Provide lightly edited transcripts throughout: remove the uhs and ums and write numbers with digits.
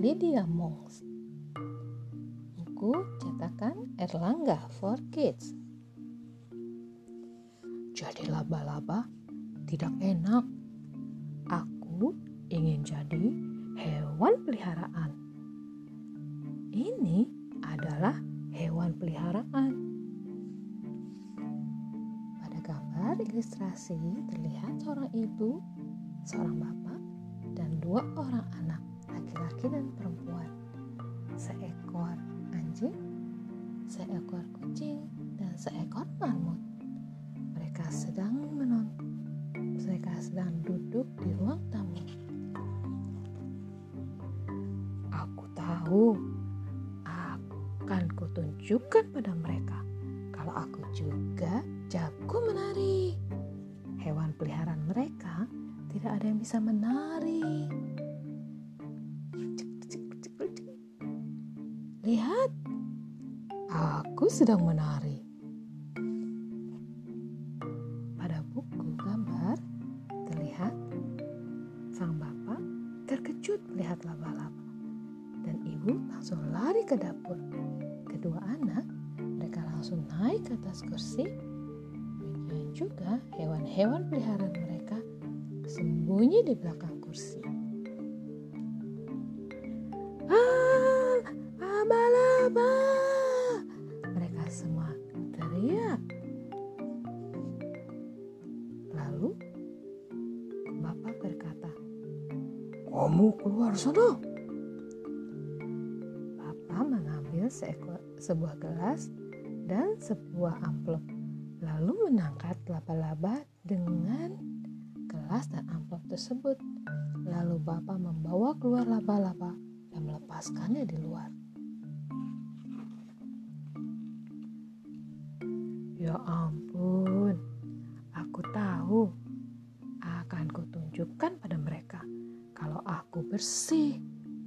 Lydia Monks. Buku cetakan Erlangga for Kids. Jadi laba-laba tidak enak. Aku ingin jadi hewan peliharaan. Ini adalah hewan peliharaan. Pada gambar ilustrasi terlihat seorang ibu, seorang bapak, dan 2 orang anak, laki-laki dan perempuan. Seekor anjing, seekor kucing, dan seekor marmut. Mereka sedang duduk di ruang tamu. Aku tahu, akan kutunjukkan pada mereka kalau aku juga jago menari. Hewan peliharaan mereka tidak ada yang bisa menari. Lihat, aku sedang menari. Pada buku gambar terlihat sang bapak terkejut melihat laba-laba dan ibu langsung lari ke dapur. Kedua anak, mereka langsung naik ke atas kursi. Demikian juga hewan-hewan peliharaan mereka sembunyi di belakang kursi. Laba-laba! Mereka semua teriak. Lalu bapak berkata, "Kamu keluar sana." Bapak mengambil sebuah gelas dan sebuah amplop, lalu menangkap laba-laba dengan gelas dan amplop tersebut. Lalu bapak membawa keluar laba-laba dan melepaskannya di luar. Ya ampun, aku tahu. Akan kutunjukkan pada mereka kalau aku bersih.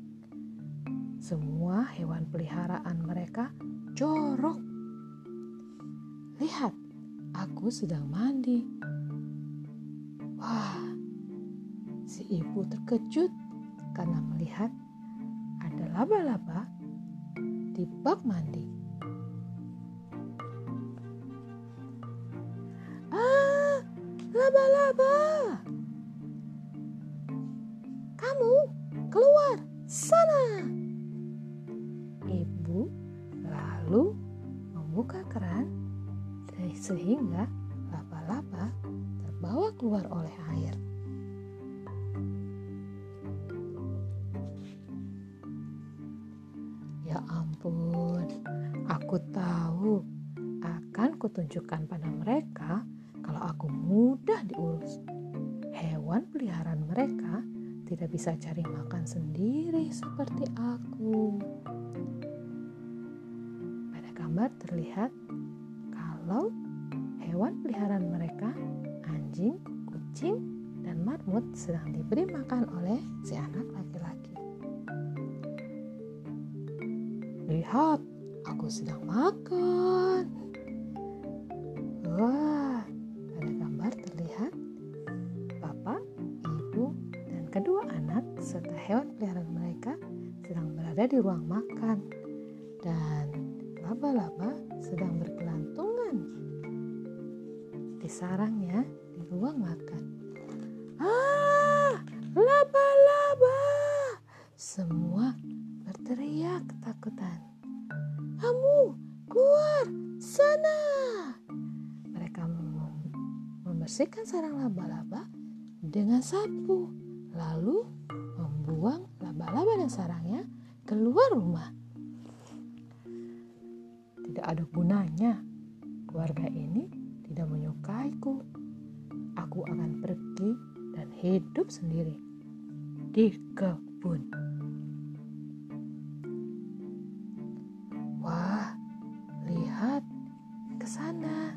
Semua hewan peliharaan mereka jorok. Lihat, aku sedang mandi. Wah, si ibu terkejut karena melihat ada laba-laba di bak mandi. Laba-laba! Kamu keluar sana! Ibu lalu membuka keran sehingga laba-laba terbawa keluar oleh air. Ya ampun, aku tahu. Akan kutunjukkan pada mereka kalau aku mudah diurus. Hewan peliharaan mereka tidak bisa cari makan sendiri seperti aku. Pada gambar terlihat kalau hewan peliharaan mereka, anjing, kucing, dan marmut sedang diberi makan oleh si anak laki-laki. Lihat, aku sedang makan. Wah, pada gambar terlihat bapak, ibu, dan kedua anak serta hewan peliharaan mereka sedang berada di ruang makan dan laba-laba sedang bergelantungan di sarangnya di ruang makan. Laba-laba! Semua berteriak ketakutan. Kamu keluar sana! Mereka membersihkan sarang laba-laba dengan sapu, lalu membuang laba-laba dan sarangnya keluar rumah. Tidak ada gunanya. Keluarga ini tidak menyukaiku. Aku akan pergi dan hidup sendiri di kebun. Wah, lihat ke sana.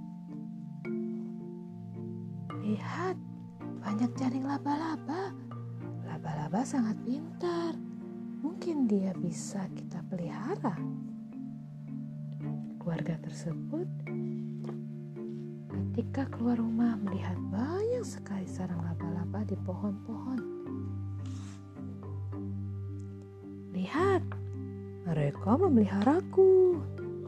Lihat, banyak jaring laba-laba. Laba-laba sangat pintar. Mungkin dia bisa kita pelihara. Keluarga tersebut ketika keluar rumah melihat banyak sekali sarang laba-laba di pohon-pohon. Lihat, mereka memeliharaku.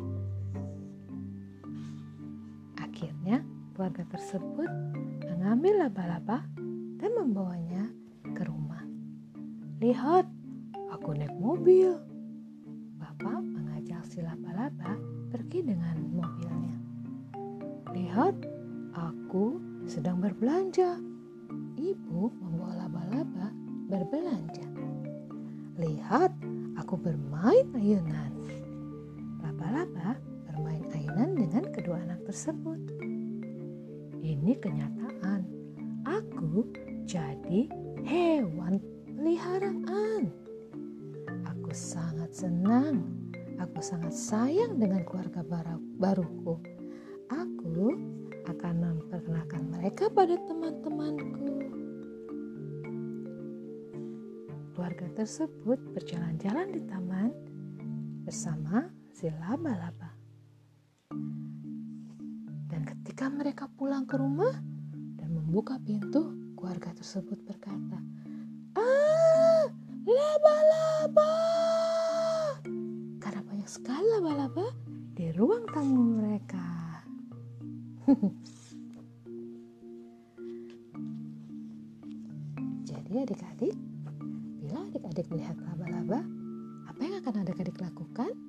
Akhirnya keluarga tersebut mengambil laba-laba dan membawanya ke rumah. Lihat, aku naik mobil. Bapak mengajak si laba-laba pergi dengan mobilnya. Lihat, aku sedang berbelanja. Ibu membawa laba-laba berbelanja. Lihat, aku bermain ayunan. Laba-laba bermain ayunan dengan kedua anak tersebut. Ini kenyataan. Aku jadi hewan peliharaan. Aku sangat senang. Aku sangat sayang dengan keluarga baruku. Aku akan memperkenalkan mereka pada teman-temanku. Keluarga tersebut berjalan-jalan di taman bersama si laba-laba. Dan ketika mereka pulang ke rumah dan membuka pintu, keluarga tersebut berkata, "Ah, laba-laba!" Karena banyak sekali laba-laba di ruang tamu mereka. Jadi adik-adik, bila adik-adik melihat laba-laba, apa yang akan adik-adik lakukan?